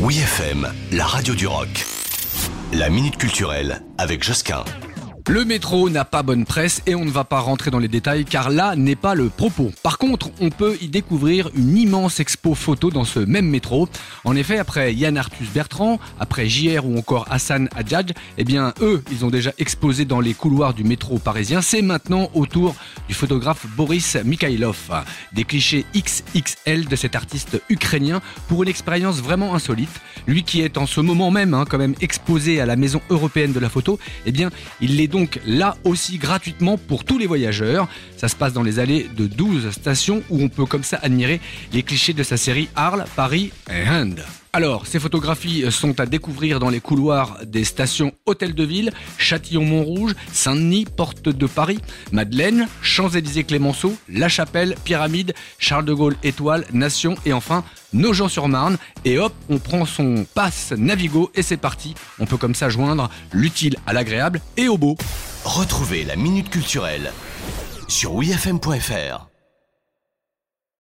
Oui FM, la radio du rock. La minute culturelle avec Josquin. Le métro n'a pas bonne presse et on ne va pas rentrer dans les détails car là n'est pas le propos. Par contre, on peut y découvrir une immense expo photo dans ce même métro. En effet, après Yann Arthus Bertrand, après JR ou encore Hassan Hadjadj, eux, ils ont déjà exposé dans les couloirs du métro parisien. C'est maintenant au tour du photographe Boris Mikhailov. Des clichés XXL de cet artiste ukrainien pour une expérience vraiment insolite. Lui qui est en ce moment même quand même exposé à la Maison européenne de la photo, il l'est donc là aussi gratuitement pour tous les voyageurs. Ça se passe dans les allées de 12 stations où on peut comme ça admirer les clichés de sa série Arles, Paris et Inde. Alors, ces photographies sont à découvrir dans les couloirs des stations Hôtel de Ville, Châtillon-Montrouge, Saint-Denis, Porte de Paris, Madeleine, Champs-Élysées-Clémenceau, La Chapelle, Pyramide, Charles de Gaulle Étoile, Nation et enfin Nogent-sur-Marne. Et hop, on prend son pass Navigo et c'est parti. On peut comme ça joindre l'utile à l'agréable et au beau. Retrouvez la minute culturelle sur wifm.fr.